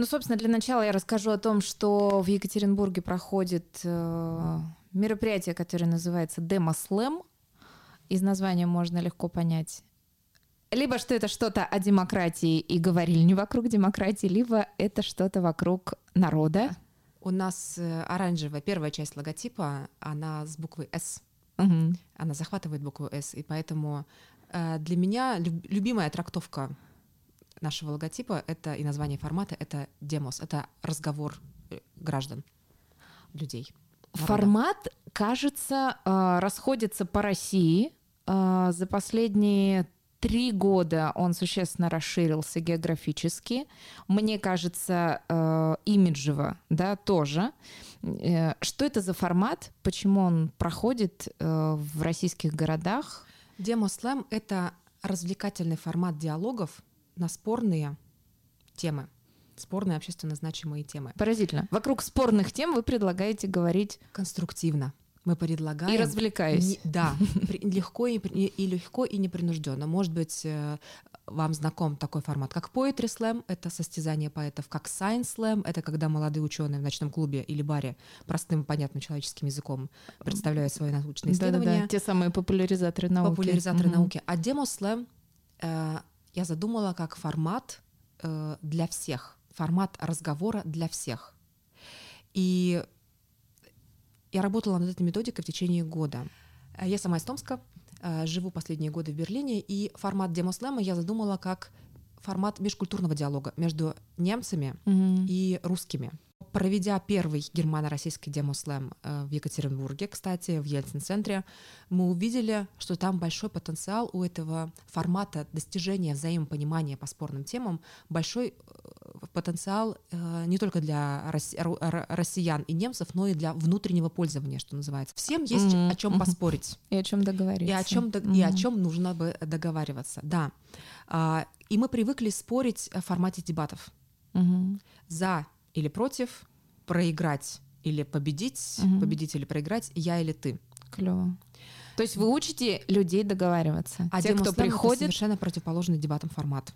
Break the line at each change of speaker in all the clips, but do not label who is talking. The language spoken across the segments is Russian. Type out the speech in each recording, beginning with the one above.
Ну, собственно, для начала я расскажу о том, что в Екатеринбурге проходит мероприятие, которое называется «Демослэм». Из названия можно легко понять, либо что это что-то о демократии и говорили не вокруг демократии, либо это что-то вокруг народа.
У нас оранжевая первая часть логотипа, она с буквой «С».
Угу.
Она захватывает букву «С», и поэтому для меня любимая трактовка нашего логотипа это и название формата — это демос, это разговор граждан, людей. Народа.
Формат, кажется, расходится по России. За последние 3 года он существенно расширился географически. Мне кажется, имиджево, да, тоже. Что это за формат? Почему он проходит в российских городах?
Демослэм — это развлекательный формат диалогов на спорные темы, спорные общественно значимые темы.
Поразительно. Вокруг спорных тем вы предлагаете говорить
конструктивно. Мы предлагаем...
И развлекаясь.
Да, легко и непринужденно. Может быть, вам знаком такой формат, как Poetry Slam, это состязание поэтов, как Science Slam, это когда молодые ученые в ночном клубе или баре простым, понятным человеческим языком представляют свои научные исследования.
Да-да-да, те самые популяризаторы науки.
Популяризаторы науки. А Demo Slam я задумала как формат для всех, формат разговора для всех. И я работала над этой методикой в течение года. Я сама из Томска, живу последние годы в Берлине, и формат демослэма я задумала как формат межкультурного диалога между немцами и русскими. Проведя первый германо-российский демослэм в Екатеринбурге, кстати, в Ельцин-центре, мы увидели, что там большой потенциал у этого формата достижения взаимопонимания по спорным темам, большой потенциал не только для россиян и немцев, но и для внутреннего пользования, что называется. Всем есть о чем поспорить.
И о чем договориться.
И о чем нужно бы договариваться. Да. И мы привыкли спорить в формате дебатов. За или против, проиграть или победить, победить или проиграть, я или ты.
Клево. То есть вы учите людей договариваться.
А
те, кто приходит...
это совершенно противоположный дебатам формат.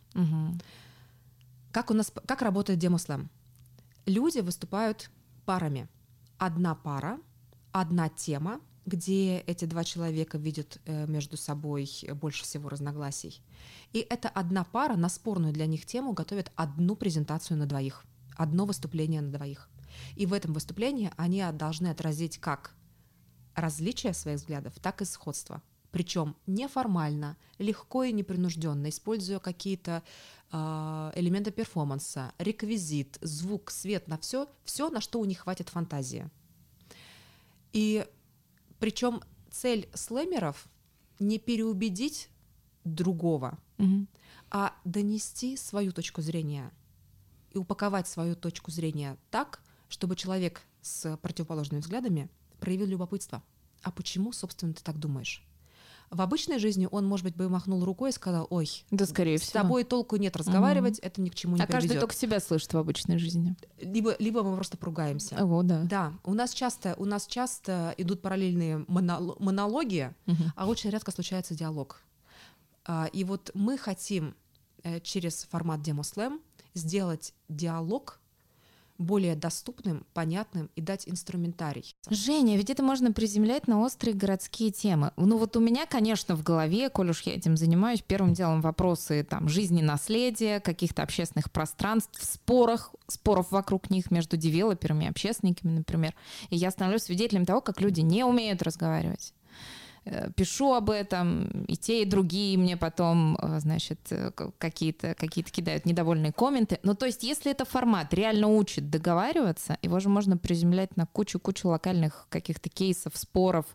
Как работает демослэм? Люди выступают парами. Одна пара, одна тема, где эти два человека видят между собой больше всего разногласий. И эта одна пара на спорную для них тему готовит одну презентацию на двоих, одно выступление на двоих. И в этом выступлении они должны отразить как различия своих взглядов, так и сходство. Причем неформально, легко и непринужденно, используя какие-то элементы перформанса, реквизит, звук, свет, на все, на что у них хватит фантазии. И причем цель слэмеров не переубедить другого, а донести свою точку зрения и упаковать свою точку зрения так, чтобы человек с противоположными взглядами проявил любопытство. А почему, собственно, ты так думаешь? В обычной жизни он, может быть, бы махнул рукой и сказал: ой,
да, скорее
с
всего.
тобой толку нет разговаривать, это ни к чему не приведет.
А каждый только себя слышит в обычной жизни.
Либо мы просто поругаемся.
О, да.
Да, у нас часто идут параллельные монологи, а очень редко случается диалог. И вот мы хотим через формат демослэм сделать диалог более доступным, понятным и дать инструментарий.
Женя, ведь это можно приземлять на острые городские темы. Ну вот у меня, конечно, в голове, коль уж я этим занимаюсь, первым делом вопросы там, жизни, наследия, каких-то общественных пространств, споров вокруг них между девелоперами и общественниками, например. И я становлюсь свидетелем того, как люди не умеют разговаривать. Пишу об этом, и те, и другие мне потом, значит, какие-то кидают недовольные комменты. Ну, то есть, если это формат реально учит договариваться, его же можно приземлять на кучу локальных каких-то кейсов, споров.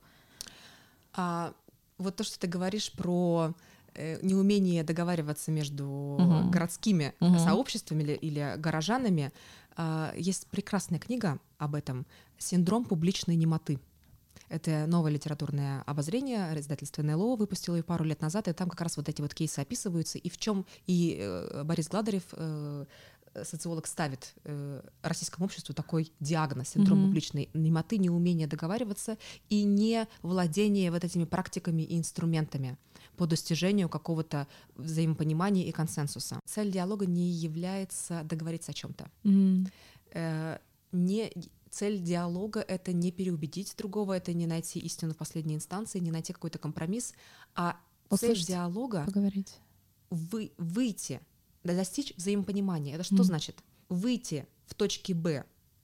Вот то, что ты говоришь про неумение договариваться между городскими сообществами или горожанами, есть прекрасная книга об этом «Синдром публичной немоты». Это новое литературное обозрение, издательство НЛО выпустило ее пару лет назад, и там как раз вот эти вот кейсы описываются, и в чем и Борис Гладарев социолог ставит российскому обществу такой диагноз: синдром публичной немоты, неумение договариваться и не владение вот этими практиками и инструментами по достижению какого-то взаимопонимания и консенсуса. Цель диалога не является договориться о чем-то. Цель диалога — это не переубедить другого, это не найти истину в последней инстанции, не найти какой-то компромисс, а цель диалога — выйти, достичь взаимопонимания. Это что значит? Выйти в точке Б,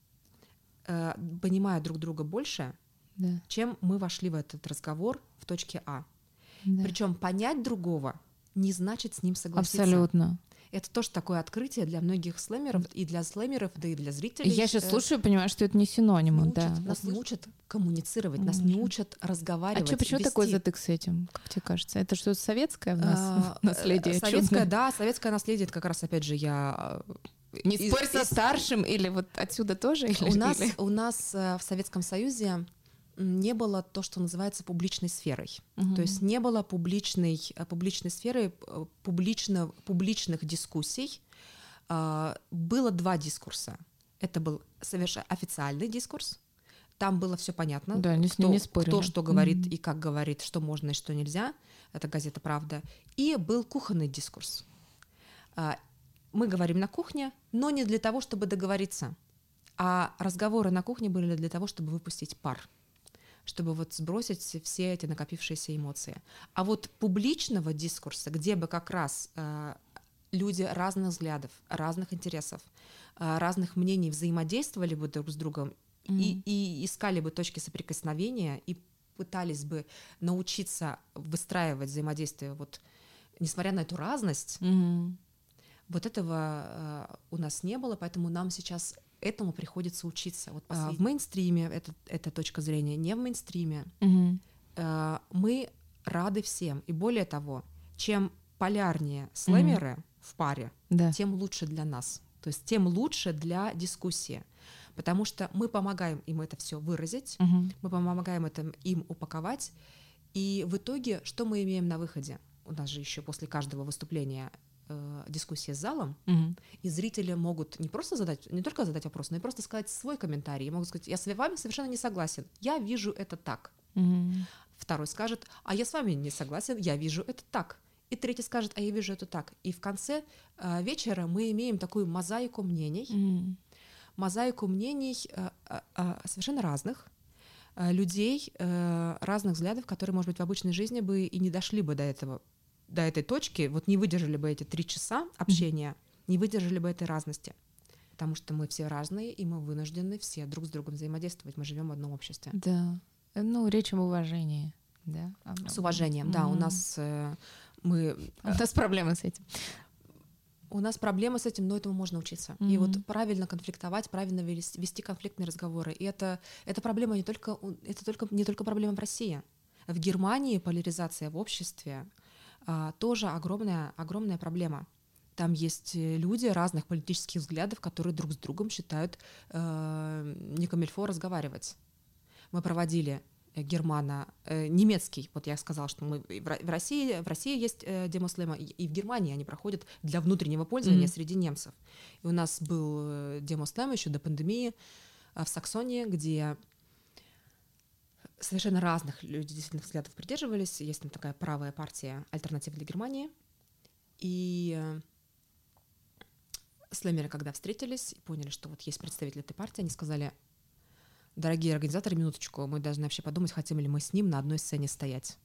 понимая друг друга больше, чем мы вошли в этот разговор в точке А. Причем понять другого не значит с ним согласиться.
Абсолютно.
Это тоже такое открытие для многих слэмеров, и для слэмеров, да и для зрителей.
Я сейчас слушаю и понимаю, что это не синонимы.
Нас не учат коммуницировать, нас не учат разговаривать.
А почему такой затык с этим, как тебе кажется? Это что-то советское в нас наследие?
Советское наследие, это как раз, опять же, я...
Не спорь со старшим, или вот отсюда тоже?
У нас в Советском Союзе не было то, что называется публичной сферой. То есть не было публичной сферы, публичных дискуссий. Было два дискурса. Это был совершенно официальный дискурс. Там было все понятно, кто что говорит и как говорит, что можно и что нельзя. Это газета «Правда». И был кухонный дискурс. Мы говорим на кухне, но не для того, чтобы договориться. А разговоры на кухне были для того, чтобы выпустить пар, чтобы вот сбросить все эти накопившиеся эмоции. А вот публичного дискурса, где бы как раз люди разных взглядов, разных интересов, разных мнений взаимодействовали бы друг с другом и искали бы точки соприкосновения и пытались бы научиться выстраивать взаимодействие, вот, несмотря на эту разность, вот этого у нас не было, поэтому нам сейчас этому приходится учиться. Вот в мейнстриме эта точка зрения, не в мейнстриме. Мы рады всем. И более того, чем полярнее слэмеры в паре, тем лучше для нас. То есть тем лучше для дискуссии. Потому что мы помогаем им это все выразить, мы помогаем им упаковать. И в итоге, что мы имеем на выходе? У нас же еще после каждого выступления дискуссия с залом, и зрители могут не только задать вопрос, но и просто сказать свой комментарий. И могут сказать: я с вами совершенно не согласен, я вижу это так. Второй скажет: а я с вами не согласен, я вижу это так. И третий скажет: а я вижу это так. И в конце вечера мы имеем такую мозаику мнений, совершенно разных людей, разных взглядов, которые, может быть, в обычной жизни бы и не дошли бы до этой точки, вот не выдержали бы эти 3 часа общения, не выдержали бы этой разности. Потому что мы все разные, и мы вынуждены все друг с другом взаимодействовать. Мы живем в одном обществе.
Да. Речь об уважении. Да?
С уважением, да. У нас
проблемы с этим.
У нас проблемы с этим, но этому можно учиться. И вот правильно конфликтовать, правильно вести конфликтные разговоры. И это проблема не только проблема в России. В Германии поляризация в обществе тоже огромная проблема. Там есть люди разных политических взглядов, которые друг с другом считают не камильфо разговаривать. Мы проводили немецкий, вот я сказала, что мы в России есть демослэма, и в Германии они проходят для внутреннего пользования среди немцев. И у нас был демослэм еще до пандемии в Саксонии, где совершенно разных людей действительно взглядов придерживались. Есть там такая правая партия «Альтернатива для Германии». И слэмеры, когда встретились и поняли, что вот есть представители этой партии, они сказали: дорогие организаторы, минуточку, мы должны вообще подумать, хотим ли мы с ним на одной сцене стоять.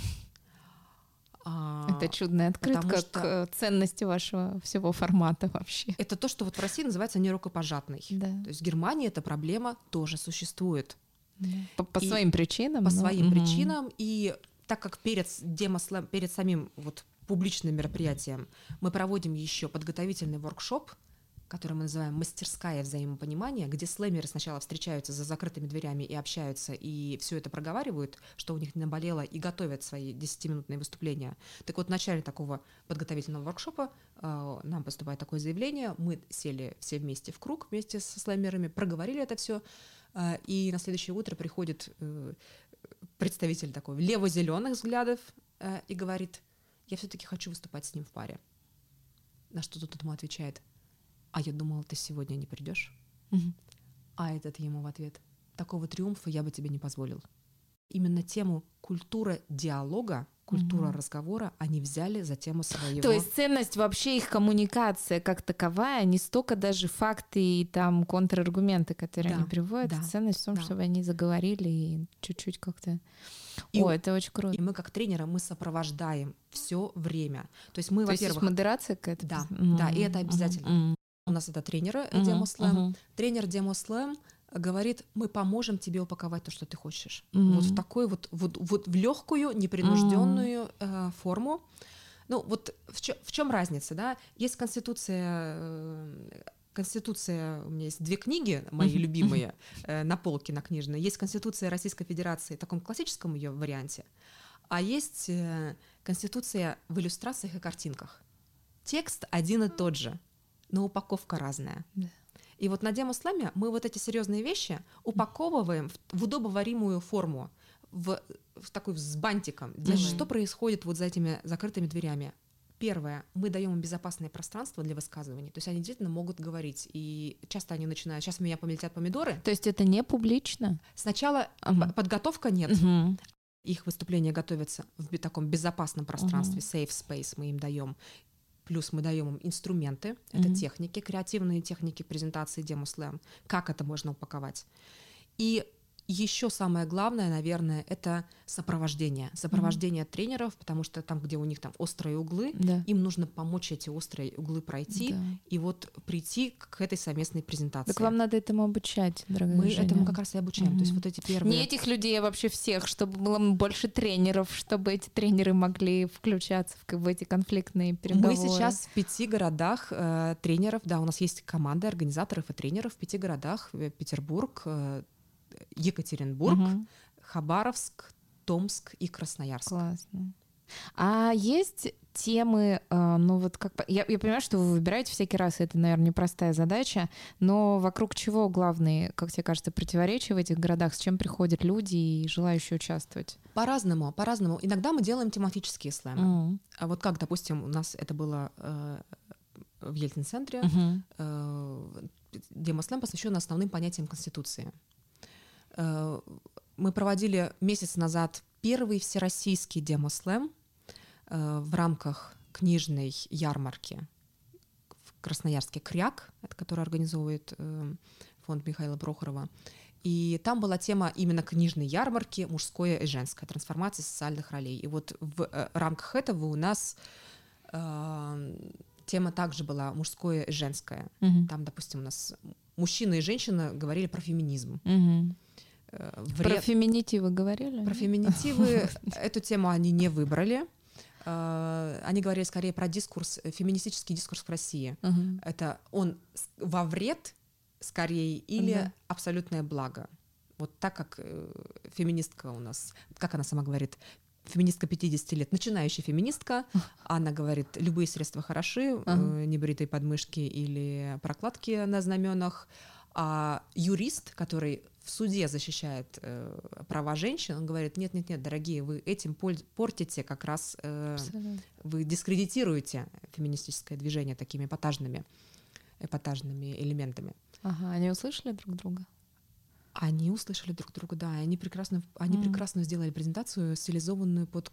Это чудная открытка к ценности вашего всего формата вообще.
Это то, что вот в России называется нерукопожатный.
Да.
То есть в Германии эта проблема тоже существует.
По своим причинам.
По своим причинам. И так как перед самим вот публичным мероприятием мы проводим еще подготовительный воркшоп, который мы называем «Мастерская взаимопонимания», где слэмеры сначала встречаются за закрытыми дверями и общаются, и все это проговаривают, что у них наболело, и готовят свои 10-минутные выступления. Так вот, в начале такого подготовительного воркшопа нам поступает такое заявление, мы сели все вместе в круг, вместе со слэмерами, проговорили это все, и на следующее утро приходит представитель такой лево-зеленых взглядов и говорит: я все-таки хочу выступать с ним в паре. На что тут ему отвечает: а я думала, ты сегодня не придешь. А этот ему в ответ: такого триумфа я бы тебе не позволил. Именно тему культура диалога, культура разговора они взяли за тему своего.
То есть ценность вообще их коммуникация как таковая, не столько даже факты и там контраргументы, которые они приводят, ценность в том, чтобы они заговорили и чуть-чуть как-то... это очень круто.
И мы как тренеры, мы сопровождаем все время. То есть мы, во-первых...
есть модерация какая-то?
Да, и это обязательно. У нас это тренеры Demo-Slam. Тренер Demo-Slam говорит: мы поможем тебе упаковать то, что ты хочешь. Вот в такой вот в легкую, непринужденную форму. Ну вот в чем разница, да? Есть Конституция, у меня есть 2 книги, мои любимые, на полке на книжной. Есть Конституция Российской Федерации в таком классическом ее варианте, а есть Конституция в иллюстрациях и картинках. Текст один и тот же, но упаковка разная. И вот на Demo-Slam мы вот эти серьезные вещи упаковываем в удобоваримую форму, в такой с бантиком. Что происходит вот за этими закрытыми дверями? Первое, мы даем им безопасное пространство для высказываний, то есть они действительно могут говорить, и часто они начинают: сейчас у меня полетят помидоры.
То есть это не публично?
Сначала подготовка нет. Их выступления готовятся в таком безопасном пространстве, safe space мы им даем. Плюс мы даем им инструменты, это техники, креативные техники презентации Demo-Slam, как это можно упаковать. И еще самое главное, наверное, это сопровождение тренеров, потому что там, где у них там острые углы, им нужно помочь эти острые углы пройти и вот прийти к этой совместной презентации.
Так вам надо этому обучать, дорогая
Мы
Женя.
этому как раз и обучаем. То есть вот эти первые...
Не этих людей, а вообще всех, чтобы было больше тренеров, чтобы эти тренеры могли включаться в эти конфликтные переговоры.
Мы сейчас в 5 городах тренеров, да, у нас есть команда организаторов и тренеров в 5 городах: Петербург, Екатеринбург, Хабаровск, Томск и Красноярск.
Классно. А есть темы, ну вот как... Я понимаю, что вы выбираете всякий раз, это, наверное, непростая задача, но вокруг чего главные, как тебе кажется, противоречия в этих городах, с чем приходят люди и желающие участвовать?
По-разному. Иногда мы делаем тематические слэмы. А вот как, допустим, у нас это было в Ельцин-центре, Demo-Slam посвящен основным понятиям Конституции. Мы проводили месяц назад первый всероссийский Demo-Slam в рамках книжной ярмарки в Красноярске «Кряк», который организовывает фонд Михаила Прохорова. И там была тема именно книжной ярмарки «Мужское и женское. Трансформация социальных ролей». И вот в рамках этого у нас тема также была «Мужское и женское». Там, допустим, у нас мужчина и женщина говорили про феминизм.
Про феминитивы говорили?
Про феминитивы эту тему они не выбрали. Они говорили скорее про феминистический дискурс в России. Это он во вред скорее или абсолютное благо. Вот так как феминистка у нас, как она сама говорит, феминистка 50 лет, начинающая феминистка, она говорит: любые средства хороши, небритые подмышки или прокладки на знаменах. А юрист, который в суде защищает права женщин, он говорит: нет, дорогие, вы этим портите как раз, вы дискредитируете феминистическое движение такими эпатажными элементами.
Они услышали друг друга?
Они услышали друг друга, да, и они прекрасно сделали презентацию, стилизованную под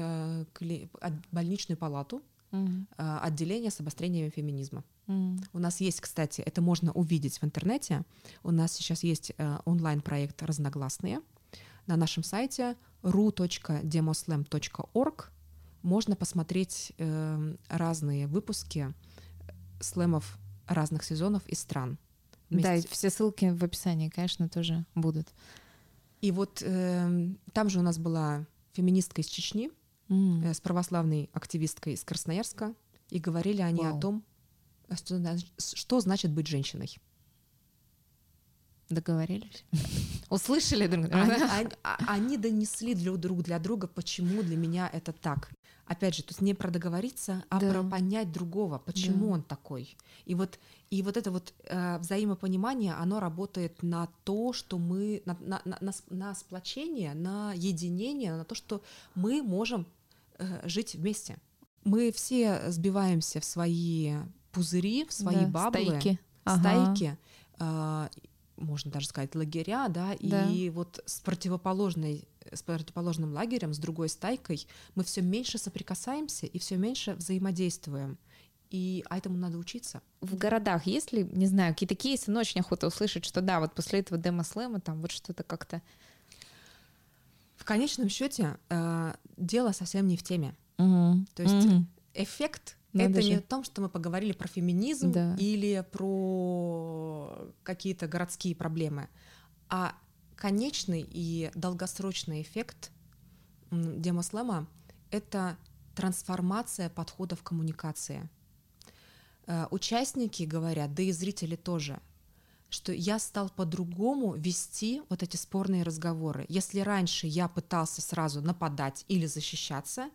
больничную палату, отделение с обострением феминизма. У нас есть, кстати, это можно увидеть в интернете, у нас сейчас есть онлайн-проект «Разногласные». На нашем сайте ru.demoslam.org можно посмотреть разные выпуски слэмов разных сезонов и стран.
Да, и все ссылки в описании, конечно, тоже будут.
И вот там же у нас была феминистка из Чечни с православной активисткой из Красноярска, и говорили они о том, что значит быть женщиной.
Договорились? Услышали друг друга?
Они донесли друг для друга, почему для меня это так. Опять же, то есть не про договориться, а про понять другого, почему он такой. И вот это вот взаимопонимание, оно работает на то, что мы, на сплочение, на единение, на то, что мы можем жить вместе. Мы все сбиваемся в свои пузыри, в свои баблы,
стайки,
стайки, можно даже сказать лагеря, да, и вот с противоположным лагерем, с другой стайкой мы все меньше соприкасаемся и все меньше взаимодействуем. А этому надо учиться.
В городах есть ли, не знаю, какие-то кейсы, но очень охота услышать, что да, вот после этого демо-слэма там вот что-то как-то...
В конечном счете дело совсем не в теме. То есть эффект это не в том, что мы поговорили про феминизм или про какие-то городские проблемы, а конечный и долгосрочный эффект демо-слэма — это трансформация подходов к коммуникации. Участники говорят, да и зрители тоже, что я стал по-другому вести вот эти спорные разговоры. Если раньше я пытался сразу нападать или защищаться,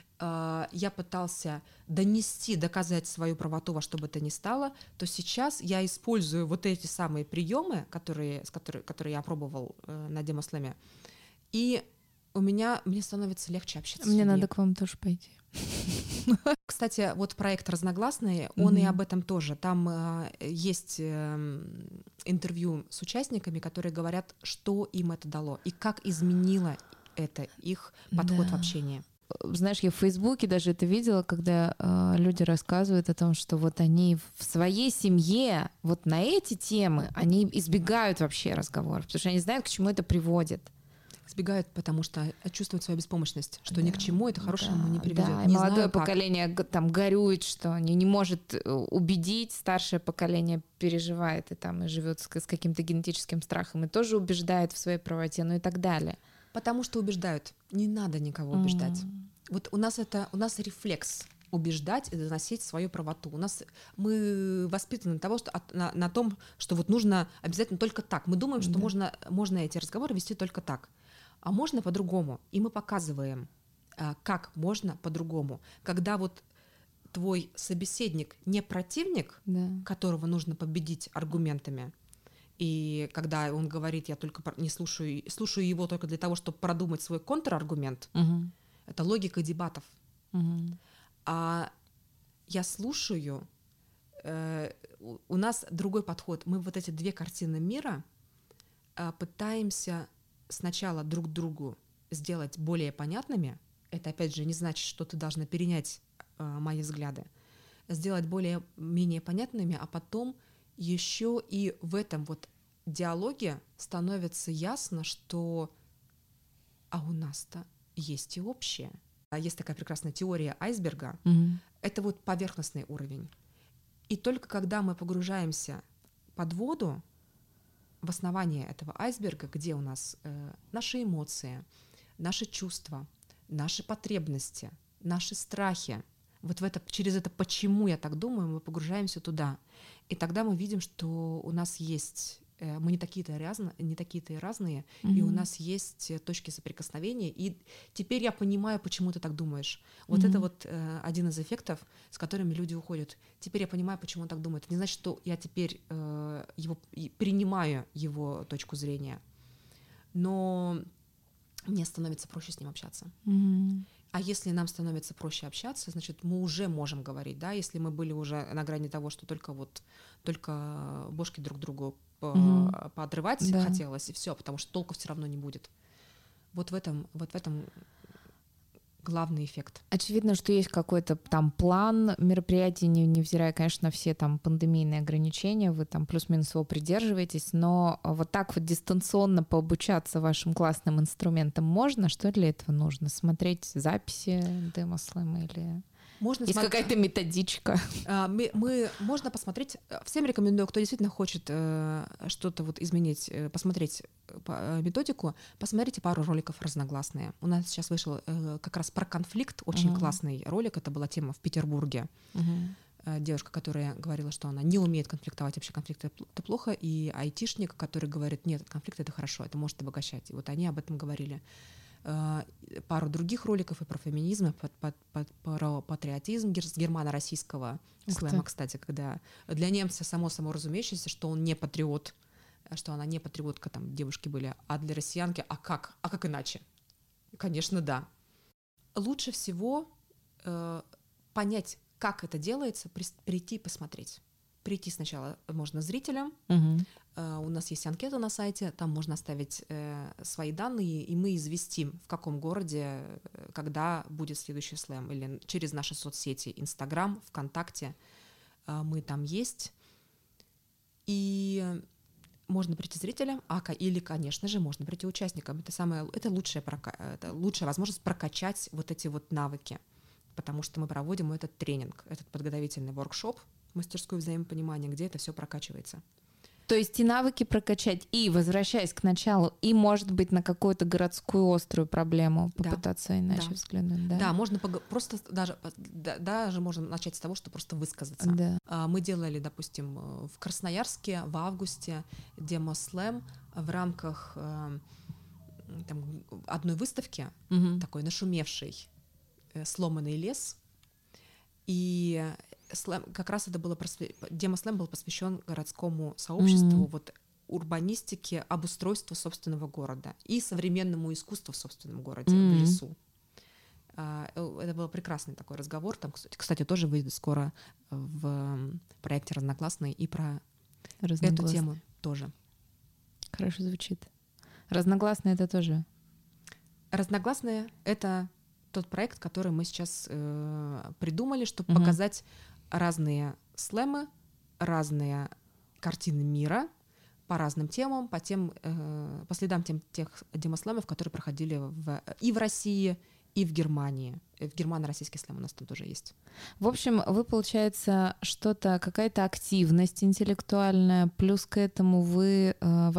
я пытался доказать свою правоту во что бы то ни стало, то сейчас я использую вот эти самые приемы, которые я опробовал на демо-слэме, и мне становится легче общаться с людьми.
Мне надо к вам тоже пойти.
Кстати, вот проект «Разногласные», он и об этом тоже. Там есть интервью с участниками, которые говорят, что им это дало и как изменило это их подход в общении.
Знаешь, я в Фейсбуке даже это видела, когда люди рассказывают о том, что вот они в своей семье вот на эти темы, они избегают вообще разговоров, потому что они знают, к чему это приводит.
Избегают, потому что чувствуют свою беспомощность, что ни к чему это хорошему не приведет.
Да, и молодое поколение там горюет, что не может убедить, старшее поколение переживает и живет с каким-то генетическим страхом и тоже убеждает в своей правоте, ну и так далее.
Потому что убеждают. Не надо никого убеждать. Вот у нас рефлекс убеждать и доносить свою правоту. Мы воспитаны на том, что вот нужно обязательно только так. Мы думаем, что можно эти разговоры вести только так. А можно по-другому. И мы показываем, как можно по-другому. Когда вот твой собеседник не противник, которого нужно победить аргументами, и когда он говорит, я только не слушаю его только для того, чтобы продумать свой контраргумент, это логика дебатов. А я слушаю, у нас другой подход. Мы вот эти две картины мира пытаемся сначала друг другу сделать более понятными. Это, опять же, не значит, что ты должна перенять мои взгляды. Сделать более-менее понятными, а потом еще и в этом вот диалоге становится ясно, что у нас-то есть и общее. Есть такая прекрасная теория айсберга. Это вот поверхностный уровень. И только когда мы погружаемся под воду, в основание этого айсберга, где у нас наши эмоции, наши чувства, наши потребности, наши страхи, вот через это «почему я так думаю» мы погружаемся туда. И тогда мы видим, что у нас есть... Мы не такие-то и разные, и у нас есть точки соприкосновения. И теперь я понимаю, почему ты так думаешь. Вот это вот один из эффектов, с которыми люди уходят. Теперь я понимаю, почему он так думает. Это не значит, что я теперь принимаю его точку зрения, но мне становится проще с ним общаться. А если нам становится проще общаться, значит, мы уже можем говорить, да, если мы были уже на грани того, что только бошки друг другу поотрывать хотелось, и все, потому что толку все равно не будет. Вот в этом главный эффект.
Очевидно, что есть какой-то там план мероприятий, невзирая, конечно, на все там пандемийные ограничения, вы там плюс-минус его придерживаетесь, но вот так вот дистанционно пообучаться вашим классным инструментам можно? Что для этого нужно? Смотреть записи демо-слэма или... Есть какая-то методичка?
Можно посмотреть. Всем рекомендую, кто действительно хочет что-то вот изменить, посмотреть методику, посмотрите пару роликов «Разногласные». У нас сейчас вышел как раз про конфликт, очень классный ролик. Это была тема в Петербурге. Девушка, которая говорила, что она не умеет конфликтовать, вообще конфликт — это плохо, и айтишник, который говорит, нет, конфликт — это хорошо, это может обогащать. И вот они об этом говорили. Пару других роликов и про феминизм, и про патриотизм с германо-российского слэма, кстати, когда для немца само разумеющееся, что он не патриот, что она не патриотка, там девушки были, а для россиянки, а как иначе? Конечно, да. Лучше всего понять, Как это делается? Прийти и посмотреть. Прийти сначала можно зрителям. У нас есть анкета на сайте, там можно оставить свои данные, и мы известим, в каком городе, когда будет следующий слэм. Или через наши соцсети, Инстаграм, ВКонтакте. Мы там есть. И можно прийти зрителям, или, конечно же, можно прийти участникам. Это лучшая возможность прокачать вот эти вот навыки, потому что мы проводим этот тренинг, этот подготовительный воркшоп, мастерскую взаимопонимания, где это все прокачивается.
То есть и навыки прокачать, и, возвращаясь к началу, и, может быть, на какую-то городскую острую проблему попытаться иначе взглянуть. Да,
да, можно просто даже можно начать с того, что просто высказаться.
Да.
Мы делали, допустим, в Красноярске в августе демо-слэм в рамках там, одной выставки, такой нашумевшей, «Сломанный лес». И как раз это было демо-слэм был посвящен городскому сообществу, вот урбанистике, обустройству собственного города и современному искусству в собственном городе, в лесу. Это был прекрасный такой разговор. Там, кстати, тоже выйдет скоро в проекте «Разногласный» и про эту тему тоже.
Хорошо звучит. «Разногласные» — это тоже?
«Разногласные» — это тот проект, который мы сейчас придумали, чтобы показать разные слэмы, разные картины мира по разным темам, по следам тех демослэмов, которые проходили и в России, и в Германии. Германо-российский слэм у нас там тоже есть.
В общем, вы, получается, какая-то активность интеллектуальная, плюс к этому вы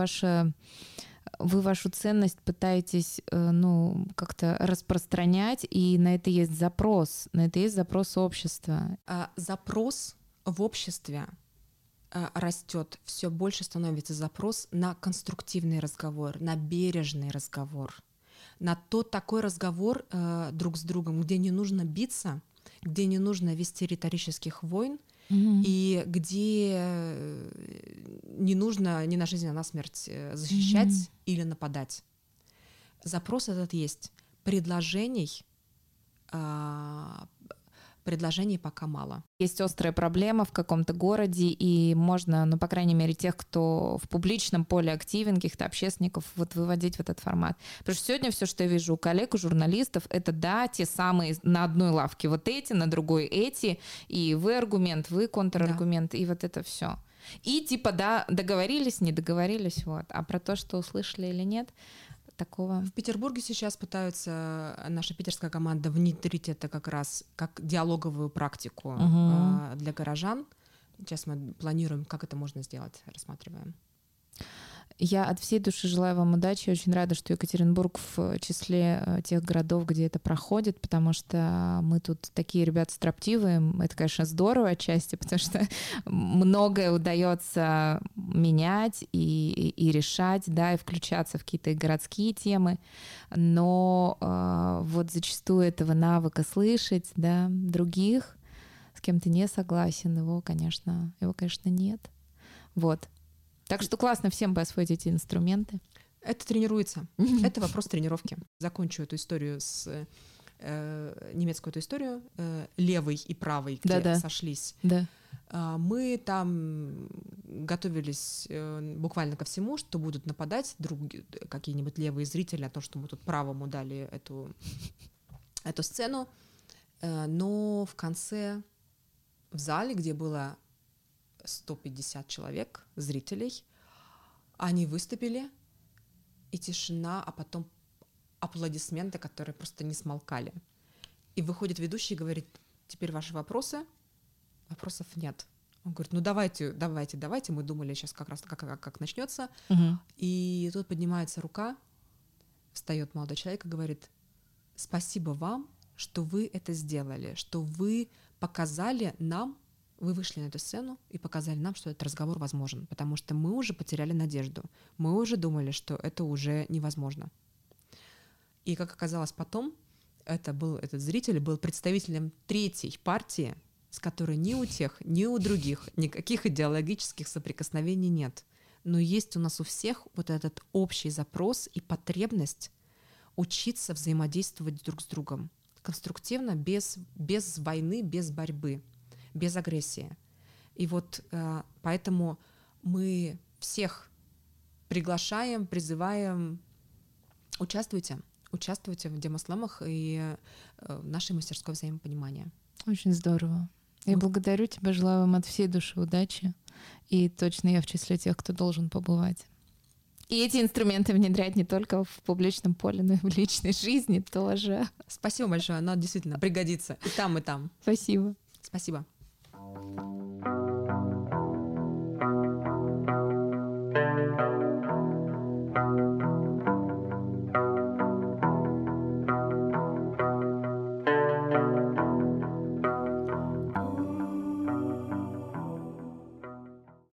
вашу ценность пытаетесь как-то распространять, и на это есть запрос общества.
Запрос в обществе растет, все больше становится запрос на конструктивный разговор, на бережный разговор, на такой разговор друг с другом, где не нужно биться, где не нужно вести риторических войн, и где не нужно ни на жизнь, ни на смерть защищать или нападать. Запрос этот есть. Предложений пока мало.
Есть острая проблема в каком-то городе, и можно, по крайней мере, тех, кто в публичном поле активен, каких-то общественников, вот выводить в этот формат. Потому что сегодня все, что я вижу у коллег, у журналистов, это, да, те самые на одной лавке вот эти, на другой эти, и вы аргумент, вы контраргумент, и вот это все. И да, договорились, не договорились, вот. А про то, что услышали или нет, такого.
В Петербурге сейчас пытаются наша питерская команда внедрить это как раз как диалоговую практику для горожан. Сейчас мы планируем, как это можно сделать, рассматриваем.
Я от всей души желаю вам удачи. Очень рада, что Екатеринбург в числе тех городов, где это проходит, потому что мы тут такие ребята строптивые. Это, конечно, здорово отчасти, потому что многое удается менять и решать, да, и включаться в какие-то городские темы. Но вот зачастую этого навыка слышать, да, других, с кем ты не согласен, его, конечно, нет. Вот. Так что классно всем бы освоить эти инструменты.
Это тренируется. Это вопрос тренировки. Закончу эту историю немецкую эту историю, левый и правый, где сошлись.
Да.
Мы там готовились буквально ко всему, что будут нападать какие-нибудь левые зрители о том, что мы тут правому дали эту сцену. Но в конце в зале, где было 150 человек, зрителей, они выступили, и тишина, а потом аплодисменты, которые просто не смолкали. И выходит ведущий и говорит: теперь ваши вопросы? Вопросов нет. Он говорит: ну давайте, мы думали сейчас как раз как начнется. И тут поднимается рука, встает молодой человек и говорит: спасибо вам, что вы это сделали, что вы показали нам, вы вышли на эту сцену и показали нам, что этот разговор возможен, потому что мы уже потеряли надежду. Мы уже думали, что это уже невозможно. И, как оказалось потом, этот зритель был представителем третьей партии, с которой ни у тех, ни у других никаких идеологических соприкосновений нет. Но есть у нас у всех вот этот общий запрос и потребность учиться взаимодействовать друг с другом конструктивно, без войны, без борьбы. без агрессии. И вот поэтому мы всех приглашаем, призываем, участвуйте в демослэмах и в нашей мастерской взаимопонимания.
Очень здорово. Я благодарю тебя, желаю вам от всей души удачи. И точно я в числе тех, кто должен побывать. И эти инструменты внедрять не только в публичном поле, но и в личной жизни тоже.
Спасибо большое, она действительно пригодится и там, и там.
Спасибо.
Спасибо.